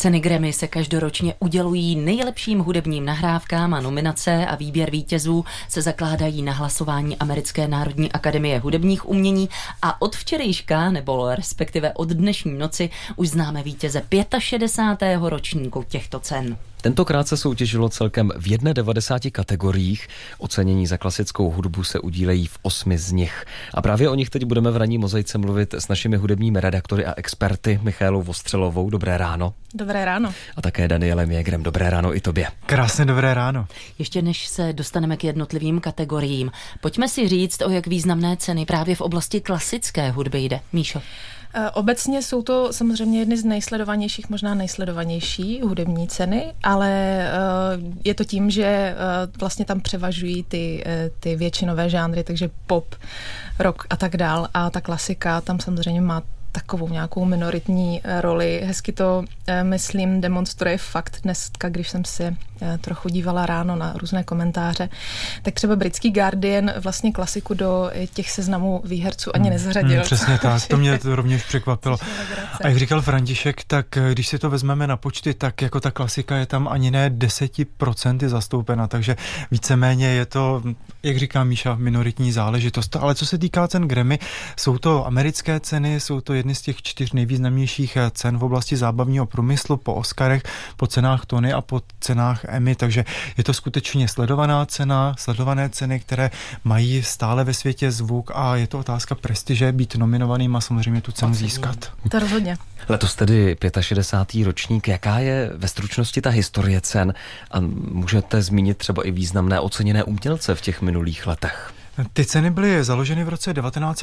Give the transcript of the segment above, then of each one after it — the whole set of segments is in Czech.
Ceny Grammy se každoročně udělují nejlepším hudebním nahrávkám a nominace a výběr vítězů se zakládají na hlasování Americké národní akademie hudebních umění a od včerejška, nebo respektive od dnešní noci, už známe vítěze 65. ročníku těchto cen. Tentokrát se soutěžilo celkem v 91 kategoriích. Ocenění za klasickou hudbu se udílejí v 8 z nich. A právě o nich teď budeme v ranní mozaice mluvit s našimi hudebními redaktory a experty Michaelou Vostřelovou. Dobré ráno. Dobré ráno. A také Danielem Jägerem. Dobré ráno i tobě. Krásné dobré ráno. Ještě než se dostaneme k jednotlivým kategoriím, pojďme si říct, o jak významné ceny právě v oblasti klasické hudby jde. Míšo. Obecně jsou to samozřejmě jedny z nejsledovanějších, možná nejsledovanější hudební ceny, ale je to tím, že vlastně tam převažují ty většinové žánry, takže pop, rock a tak dál. A ta klasika tam samozřejmě má takovou nějakou minoritní roli. Hezky to, myslím, demonstruje fakt dneska, když jsem si trochu dívala ráno na různé komentáře, tak třeba britský Guardian vlastně klasiku do těch seznamů výherců ani nezařadil. Přesně tak, to mě to rovněž překvapilo. A jak říkal František, tak když si to vezmeme na počty, tak jako ta klasika je tam ani ne 10% zastoupena, takže víceméně je to, jak říká Míša, minoritní záležitost. Ale co se týká cen Grammy, jsou to americké ceny, jsou to jedny z těch 4 nejvýznamnějších cen v oblasti zábavního průmyslu po Oscarech, po cenách Tony a po cenách Emmy, takže je to skutečně sledovaná cena, sledované ceny, které mají stále ve světě zvuk a je to otázka prestiže být nominovaným a samozřejmě tu cenu získat. To rozhodně. Letos tedy 65. ročník. Jaká je ve stručnosti ta historie cen a můžete zmínit třeba i významné oceněné umělce v těch minulých letech? Ty ceny byly založeny v roce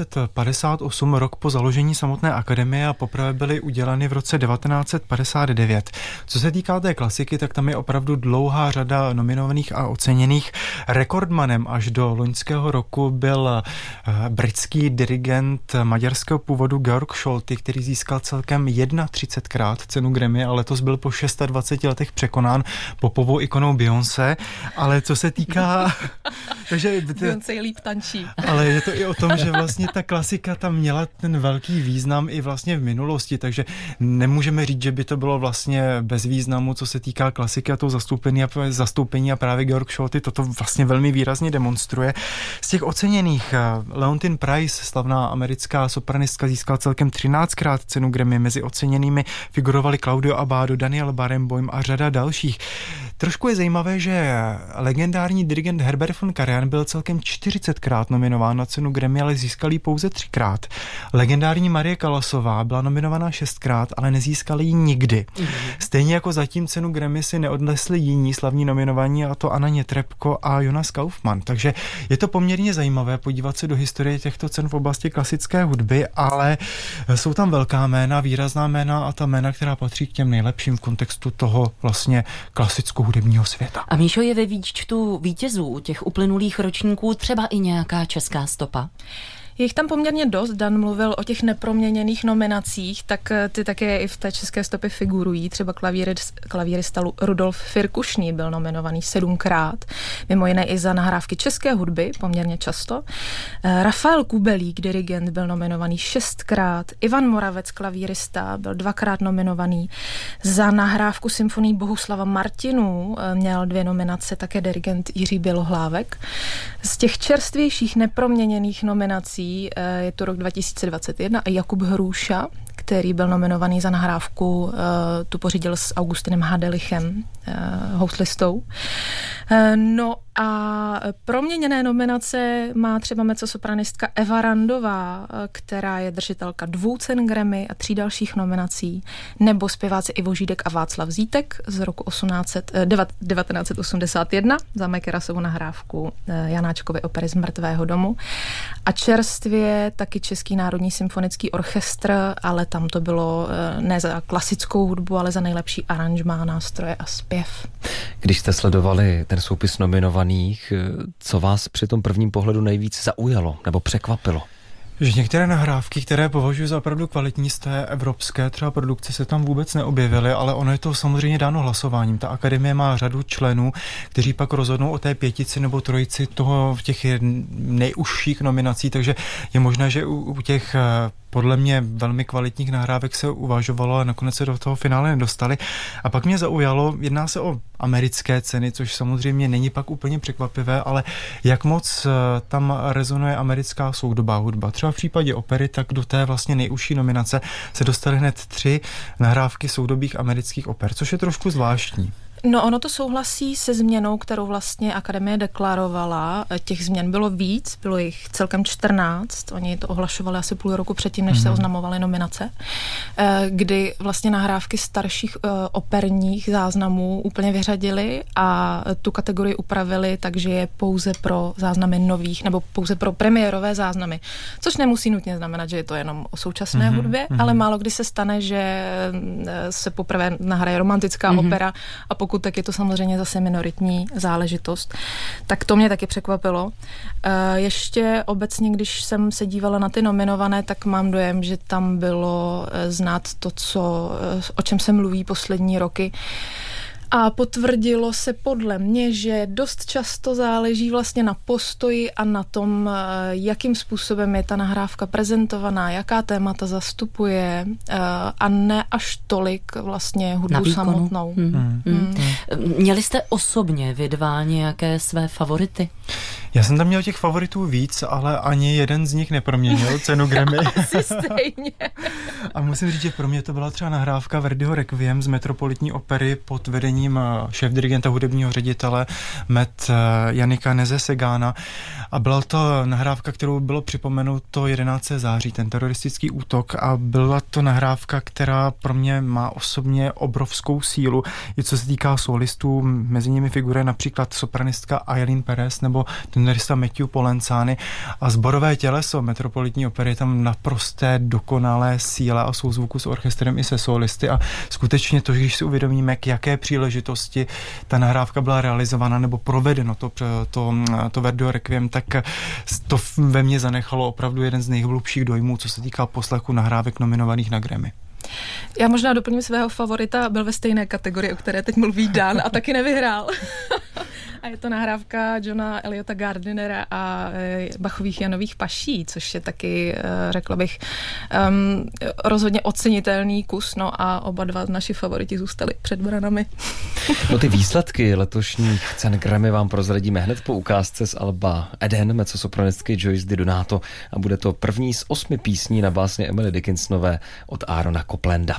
1958, rok po založení samotné akademie, a poprvé byly uděleny v roce 1959. Co se týká té klasiky, tak tam je opravdu dlouhá řada nominovaných a oceněných. Rekordmanem až do loňského roku byl britský dirigent maďarského původu Georg Solti, který získal celkem 31krát cenu Grammy a letos byl po 26 letech překonán popovou ikonou Beyoncé. Ale co se týká... takže Beyoncé líp tančí. Ale je to i o tom, že vlastně ta klasika tam měla ten velký význam i vlastně v minulosti, takže nemůžeme říct, že by to bylo vlastně bez významu, co se týká klasiky a toho zastoupení a právě Georg Solti toto vlastně velmi výrazně demonstruje. Z těch oceněných Leontyne Price, slavná americká sopranistka, získala celkem 13krát cenu Grammy. Mezi oceněnými figurovali Claudio Abbado, Daniel Barenboim a řada dalších. Trošku je zajímavé, že legendární dirigent Herbert von Karajan byl celkem 40krát nominován na cenu Grammy, ale získal ji pouze 3krát. Legendární Marie Callasová byla nominovaná 6krát, ale nezískala ji nikdy. Stejně jako zatím cenu Grammy si neodnesli jiní slavní nominovaní, a to Anna Netrebko a Jonas Kaufmann. Takže je to poměrně zajímavé podívat se do historie těchto cen v oblasti klasické hudby, ale jsou tam velká jména, výrazná jména a ta jména, která patří k těm nejlepším v kontextu toho vlastně klasicko-hudebního světa. A Míšo, je ve výčtu vítězů těch uplynulých ročníků třeba i nějaká česká stopa? Je jich tam poměrně dost. Dan mluvil o těch neproměněných nominacích, tak ty také i v té české stopě figurují. Třeba klavírista Rudolf Firkušný byl nominovaný 7krát, mimo jiné i za nahrávky české hudby, poměrně často. Rafael Kubelík, dirigent, byl nominovaný 6krát. Ivan Moravec, klavírista, byl 2krát nominovaný. Za nahrávku symfonii Bohuslava Martinů měl 2 nominace také dirigent Jiří Bělohlávek. Z těch čerstvějších neproměněných nominací je to rok 2021 a Jakub Hruša, který byl nominovaný za nahrávku, tu pořídil s Augustinem Hadelichem, houslistou. No a proměněné nominace má třeba mezzosopranistka Eva Randová, která je držitelka 2 cen Grammy a 3 dalších nominací, nebo zpěváci Ivo Žídek a Václav Zítek z roku 1981 za Mekerasovu nahrávku Janáčkovy opery Z mrtvého domu. A čerstvě taky Český národní symfonický orchestr, ale tam to bylo ne za klasickou hudbu, ale za nejlepší aranžmá, nástroje a zpěv. Když jste sledovali ten soupis nominovaných, co vás při tom prvním pohledu nejvíc zaujalo nebo překvapilo? Že některé nahrávky, které považuji za opravdu kvalitní z té evropské třeba produkce, se tam vůbec neobjevily, ale ono je to samozřejmě dáno hlasováním. Ta akademie má řadu členů, kteří pak rozhodnou o té 5 nebo 3 toho v těch nejužších nominací, takže je možné, že u těch podle mě velmi kvalitních nahrávek se uvažovalo a nakonec se do toho finále nedostali. A pak mě zaujalo, jedná se o americké ceny, což samozřejmě není pak úplně překvapivé, ale jak moc tam rezonuje americká soudobá hudba. Třeba v případě opery, tak do té vlastně nejužší nominace se dostaly hned 3 nahrávky soudobých amerických oper, což je trošku zvláštní. No, ono to souhlasí se změnou, kterou vlastně Akademie deklarovala. Těch změn bylo víc, bylo jich celkem 14. Oni to ohlašovali asi půl roku předtím, než se oznamovaly nominace, kdy vlastně nahrávky starších operních záznamů úplně vyřadili a tu kategorii upravili, takže je pouze pro záznamy nových nebo pouze pro premiérové záznamy. Což nemusí nutně znamenat, že je to jenom o současné hudbě, ale málo kdy se stane, že se poprvé nahraje romantická opera a pokud tak je to samozřejmě zase minoritní záležitost. Tak to mě taky překvapilo. Ještě obecně, když jsem se dívala na ty nominované, tak mám dojem, že tam bylo znát to, o čem se mluví poslední roky. A potvrdilo se podle mě, že dost často záleží vlastně na postoji a na tom, jakým způsobem je ta nahrávka prezentovaná, jaká témata zastupuje a ne až tolik vlastně hudbu samotnou. Měli jste osobně vy dva nějaké své favority? Já jsem tam měl těch favoritů víc, ale ani jeden z nich neproměnil cenu Grammy. Asi stejně. A musím říct, že pro mě to byla třeba nahrávka Verdiho Requiem z Metropolitní opery pod vedením šéfdirigenta hudebního ředitele Met Janika Neze-Segána. A byla to nahrávka, kterou bylo připomenuto 11. září, ten teroristický útok. A byla to nahrávka, která pro mě má osobně obrovskou sílu. I co se týká solistů, mezi nimi figuruje například sopranistka Aileen Perez nebo tenorista Matthew Polenzani a sborové těleso Metropolitní opery je tam naprosté dokonalé síle a souzvuku s orchestrem i se solisty a skutečně to, když si uvědomíme, k jaké příležitosti ta nahrávka byla realizována nebo provedeno to Verdiho Requiem, tak to ve mně zanechalo opravdu jeden z nejhlubších dojmů, co se týká poslechu nahrávek nominovaných na Grammy. Já možná doplním svého favorita, byl ve stejné kategorii, o které teď mluví Dan a taky nevyhrál. A je to nahrávka Johna Eliota Gardinera a Bachových Janových paší, což je taky, řekla bych, rozhodně ocenitelný kus, no a oba dva naši favoriti zůstali před branami. No ty výsledky letošních cen Grammy vám prozradíme hned po ukázce z alba Eden mezzosopranistky Joyce DiDonato a bude to první z 8 písní na básně Emily Dickinsonové od Aarona Coplanda.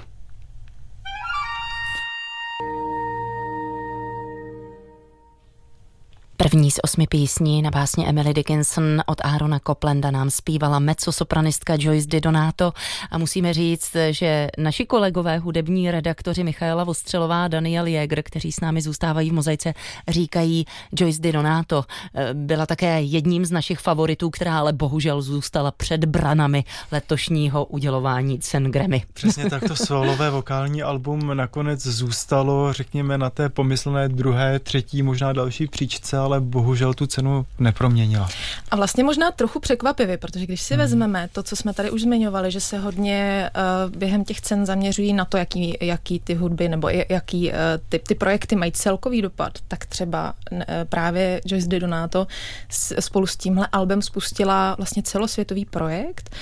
První z 8 písní na básně Emily Dickinson od Aarona Coplanda nám zpívala mezzosopranistka Joyce DiDonato a musíme říct, že naši kolegové hudební redaktoři Michaela Vostřelová a Daniel Jäger, kteří s námi zůstávají v Mozaice, říkají Joyce DiDonato byla také jedním z našich favoritů, která ale bohužel zůstala před branami letošního udělování cen Grammy. Přesně tak, to solové vokální album nakonec zůstalo, řekněme, na té pomyslné druhé, třetí, možná další příčce, ale bohužel tu cenu neproměnila. A vlastně možná trochu překvapivě, protože když si vezmeme to, co jsme tady už zmiňovali, že se hodně během těch cen zaměřují na to, jaký ty hudby nebo jaký ty projekty mají celkový dopad, tak třeba právě Joyce DiDonato spolu s tímhle albem spustila vlastně celosvětový projekt,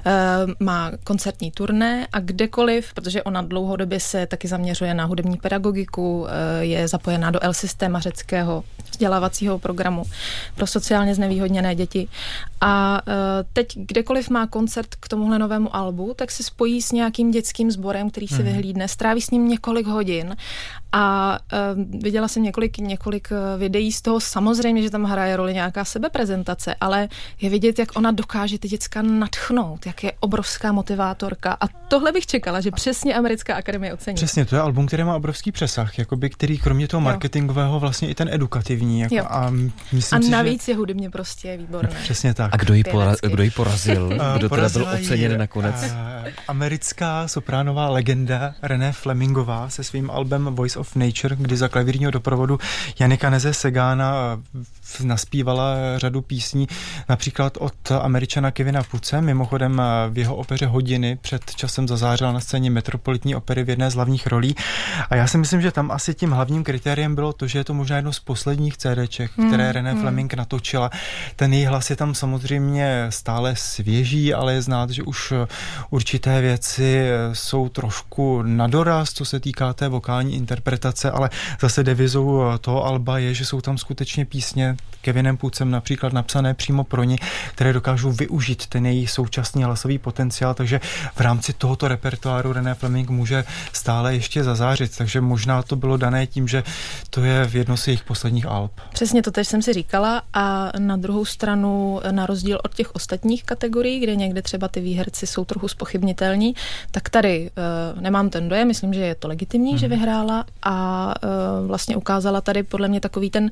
má koncertní turné a kdekoliv, protože ona dlouhodobě se taky zaměřuje na hudební pedagogiku, je zapojená do L-systéma řeckého vzdělávacího programu pro sociálně znevýhodněné děti. A teď kdekoliv má koncert k tomuhle novému albu, tak se spojí s nějakým dětským sborem, který si vyhlídne, stráví s ním několik hodin a viděla jsem několik videí z toho, samozřejmě, že tam hraje roli nějaká sebeprezentace, ale je vidět, jak ona dokáže ty děcka nadchnout, jak je obrovská motivátorka a tohle bych čekala, že přesně Americká akademie ocení. Přesně, to je album, který má obrovský přesah, jakoby, který kromě toho marketingového vlastně i ten edukativní. Jako, a navíc je hudebně prostě výborné. Přesně tak. A kdo ji porazil? Kdo teda byl oceněn nakonec? Americká sopránová legenda Renée Flemingová se svým albem Voice of Nature, kdy za klavírního doprovodu Janika Neze-Segána naspívala řadu písní, například od Američana Kevina Puce. Mimochodem v jeho opeře Hodiny před časem zazářila na scéně Metropolitní opery v jedné z hlavních rolí. A já si myslím, že tam asi tím hlavním kritériem bylo to, že je to možná jedno z posledních CDček, všech, které René Fleming natočila. Ten její hlas je tam samozřejmě stále svěží, ale je znát, že už určité věci jsou trošku na doraz, co se týká té vokální interpretace, ale zase devizou toho alba je, že jsou tam skutečně písně Kevinem Pucem například napsané přímo pro ní, které dokážou využít ten její současný hlasový potenciál, takže v rámci tohoto repertoáru René Fleming může stále ještě zazářit, takže možná to bylo dané tím, že to je v jedno z jejich posledních alb. Přesně to teď jsem si říkala a na druhou stranu, na rozdíl od těch ostatních kategorií, kde někde třeba ty výherci jsou trochu zpochybnitelní, tak tady nemám ten dojem, myslím, že je to legitimní, že vyhrála a vlastně ukázala tady podle mě takový ten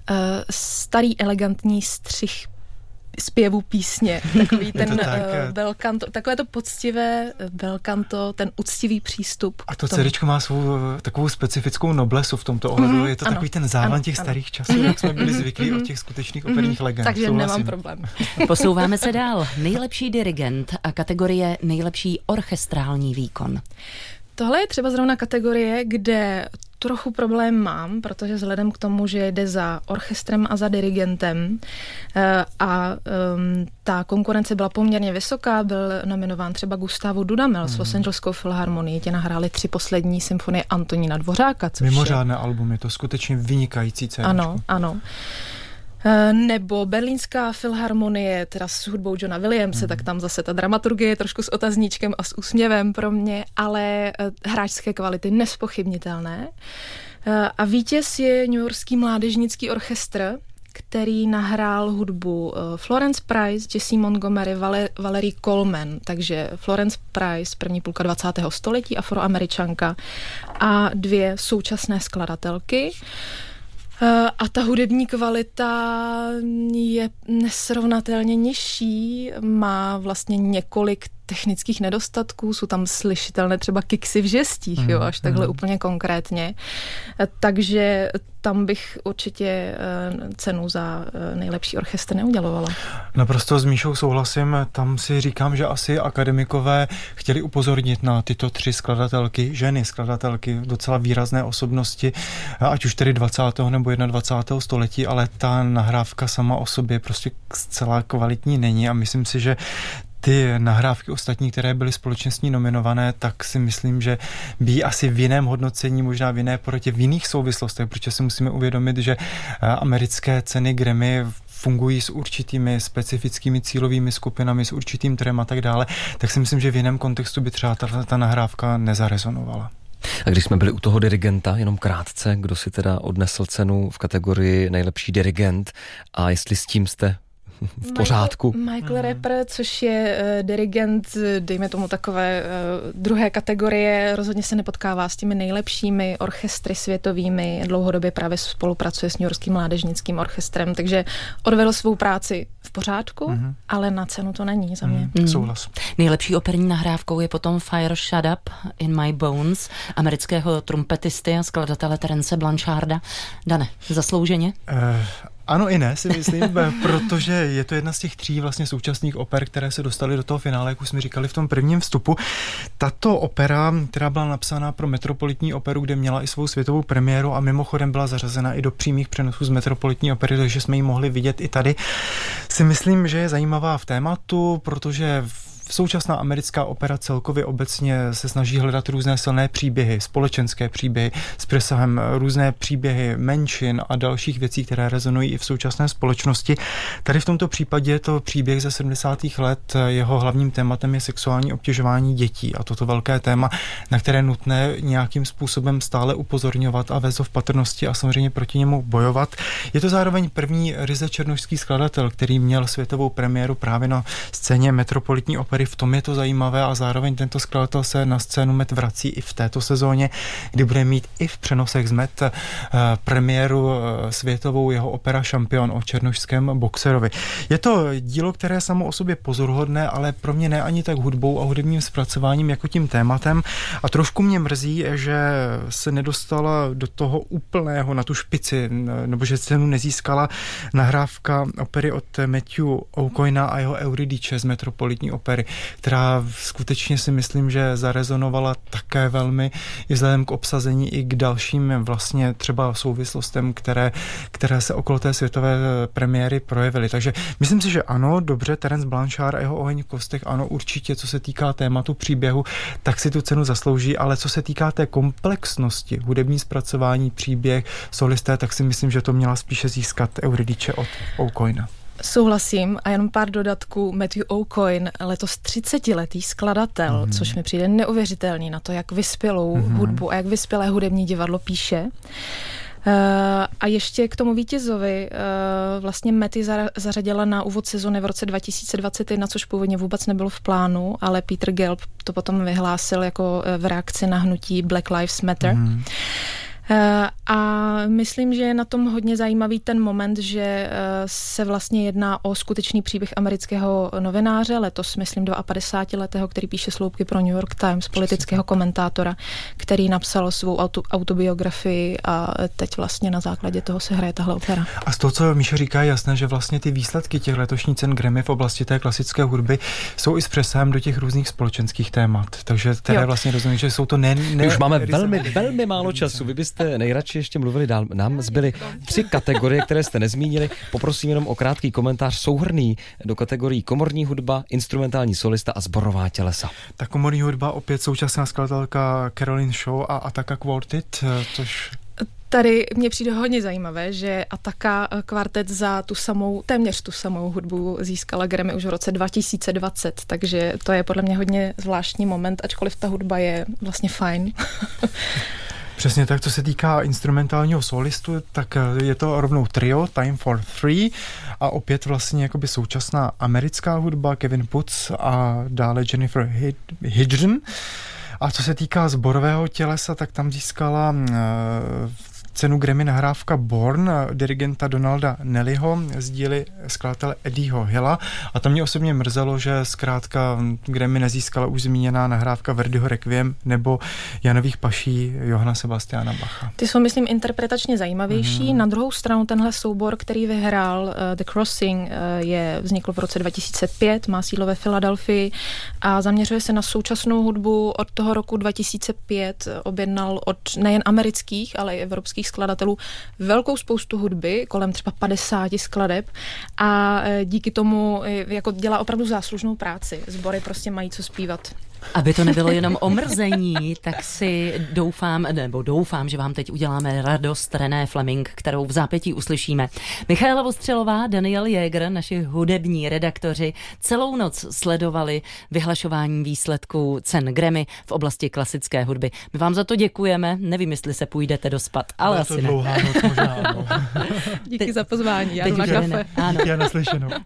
starý elegantní střih zpěvu písně, takový ten belcanto, takové to poctivé belcanto, ten uctivý přístup. A to CDčko má svou takovou specifickou noblesu v tomto ohledu. Je to takový ten závan těch starých časů, jak jsme byli zvyklí od těch skutečných operních legend. Takže nemám problém. Posouváme se dál. Nejlepší dirigent a kategorie nejlepší orchestrální výkon. Tohle je třeba zrovna kategorie, kde trochu problém mám, protože vzhledem k tomu, že jde za orchestrem a za dirigentem a ta konkurence byla poměrně vysoká, byl nominován třeba Gustavo Dudamel s Los Angeleskou filharmonií, ti nahráli 3 poslední symfonie Antonína Dvořáka. Mimořádné album, je to skutečně vynikající CD. Ano. Nebo Berlínská filharmonie, teda s hudbou Johna Williamse, tak tam zase ta dramaturgie je trošku s otazníčkem a s úsměvem pro mě, ale hráčské kvality nespochybnitelné. A vítěz je Newyorský mládežnický orchestr, který nahrál hudbu Florence Price, Jessie Montgomery, Valerie Coleman, takže Florence Price, první půlka 20. století, Afroameričanka a 2 současné skladatelky. A ta hudební kvalita je nesrovnatelně nižší, má vlastně několik technických nedostatků, jsou tam slyšitelné třeba kiksy v žestích, jo, až takhle úplně konkrétně. Takže tam bych určitě cenu za nejlepší orchestr neudělovala. Naprosto s Míšou souhlasím, tam si říkám, že asi akademikové chtěli upozornit na tyto 3 skladatelky, ženy skladatelky, docela výrazné osobnosti, ať už tedy 20. nebo 21. století, ale ta nahrávka sama o sobě prostě zcela kvalitní není a myslím si, že ty nahrávky ostatní, které byly společně s ní nominované, tak si myslím, že by asi v jiném hodnocení, možná v jiné porotě, v jiných souvislostech, protože si musíme uvědomit, že americké ceny Grammy fungují s určitými specifickými cílovými skupinami, s určitým trem a tak dále, tak si myslím, že v jiném kontextu by třeba ta nahrávka nezarezonovala. A když jsme byli u toho dirigenta, jenom krátce, kdo si teda odnesl cenu v kategorii nejlepší dirigent a jestli s tím jste v pořádku. Michael Rapper, což je dirigent, dejme tomu takové druhé kategorie, rozhodně se nepotkává s těmi nejlepšími orchestry světovými, dlouhodobě právě spolupracuje s Newyorským mládežnickým orchestrem, takže odvedl svou práci v pořádku, ale na cenu to není za mě. Souhlas. Nejlepší operní nahrávkou je potom Fire Shut Up in My Bones amerického trumpetisty a skladatele Terence Blancharda. Dane, zaslouženě? Ano i ne, si myslím, protože je to jedna z těch 3 vlastně současných oper, které se dostaly do toho finále, jak už jsme říkali v tom prvním vstupu. Tato opera, která byla napsána pro Metropolitní operu, kde měla i svou světovou premiéru a mimochodem byla zařazena i do přímých přenosů z Metropolitní opery, takže jsme ji mohli vidět i tady, si myslím, že je zajímavá v tématu, protože současná americká opera celkově obecně se snaží hledat různé silné příběhy, společenské příběhy s přesahem různé příběhy menšin a dalších věcí, které rezonují i v současné společnosti. Tady v tomto případě je to příběh ze 70. let, jeho hlavním tématem je sexuální obtěžování dětí a toto velké téma, na které je nutné nějakým způsobem stále upozorňovat a vést ho v patrnosti a samozřejmě proti němu bojovat. Je to zároveň první ryze černošský skladatel, který měl světovou premiéru právě na scéně Metropolitní opery. V tom je to zajímavé a zároveň tento skladatel se na scénu Met vrací i v této sezóně, kdy bude mít i v přenosech z Met premiéru světovou jeho opera Šampion o černošském boxerovi. Je to dílo, které je samo o sobě pozoruhodné, ale pro mě ne ani tak hudbou a hudebním zpracováním jako tím tématem a trošku mě mrzí, že se nedostala do toho úplného na tu špici, nebo že cenu nezískala nahrávka opery od Matthew Aucoina a jeho Eurydice z Metropolitní opery. která skutečně si myslím, že zarezonovala také velmi i vzhledem k obsazení i k dalším vlastně třeba souvislostem, které se okolo té světové premiéry projevily. Takže myslím si, že ano, dobře, Terence Blanchard a jeho Oheň v kostech, ano, určitě, co se týká tématu příběhu, tak si tu cenu zaslouží, ale co se týká té komplexnosti, hudební zpracování, příběh, solisté, tak si myslím, že to měla spíše získat Eurydice od Aucoina. Souhlasím a jenom pár dodatků. Matthew Aucoin, letos 30letý skladatel, což mi přijde neuvěřitelný na to, jak vyspělou hudbu a jak vyspělé hudební divadlo píše. A ještě k tomu vítězovi vlastně Matty zařadila na úvod sezony v roce 2021, což původně vůbec nebylo v plánu, ale Peter Gelb to potom vyhlásil jako v reakci na hnutí Black Lives Matter. A myslím, že je na tom hodně zajímavý ten moment, že se vlastně jedná o skutečný příběh amerického novináře, letos myslím 52letého, který píše sloupky pro New York Times, politického komentátora, který napsal svou autobiografii a teď vlastně na základě toho se hraje tahle opera. A z toho, co Míša říká, je jasné, že vlastně ty výsledky těch letošních cen Grammy v oblasti té klasické hudby jsou i s přesahem do těch různých společenských témat. Takže teda vlastně rozumím, že jsou to My už máme velmi málo času. Vy byste nejradši ještě mluvili dál. Nám zbyly 3 kategorie, které jste nezmínili. Poprosím jenom o krátký komentář souhrnný do kategorií komorní hudba, instrumentální solista a sborová tělesa. Ta komorní hudba opět současná skladatelka Caroline Shaw a Attacca Quartet, což... Tady mně přijde hodně zajímavé, že Attacca kvartet za téměř tu samou hudbu získala Grammy už v roce 2020, takže to je podle mě hodně zvláštní moment, ačkoliv ta hudba je vlastně fajn. Přesně tak, co se týká instrumentálního solistu, tak je to rovnou trio, Time for Three, a opět vlastně jakoby současná americká hudba, Kevin Putz a dále Jennifer Hidren. A co se týká sborového tělesa, tak tam získala cenu Grammy nahrávka Born dirigenta Donalda Nellyho z díly skladatele Eddieho Hilla a tam mě osobně mrzelo, že zkrátka Grammy nezískala už zmíněná nahrávka Verdiho Requiem nebo Janových paší Johanna Sebastiana Bacha. Ty jsou, myslím, interpretačně zajímavější. Na druhou stranu tenhle soubor, který vyhrál The Crossing, vznikl v roce 2005, má sídlo ve Filadelfii a zaměřuje se na současnou hudbu. Od toho roku 2005 objednal od nejen amerických, ale i evropských skladatelů velkou spoustu hudby, kolem třeba 50 skladeb a díky tomu jako dělá opravdu záslužnou práci. Sbory prostě mají co zpívat. Aby to nebylo jenom o mrzení, tak si doufám, že vám teď uděláme radost René Fleming, kterou v zápětí uslyšíme. Michaela Vostřelová, Daniel Jäger, naši hudební redaktoři, celou noc sledovali vyhlašování výsledků cen Grammy v oblasti klasické hudby. My vám za to děkujeme, nevím, jestli se půjdete dospat, ale byla asi to dlouhá noc, možná ano. Díky za pozvání, já jdu na kafe. Díky a naslyšenou.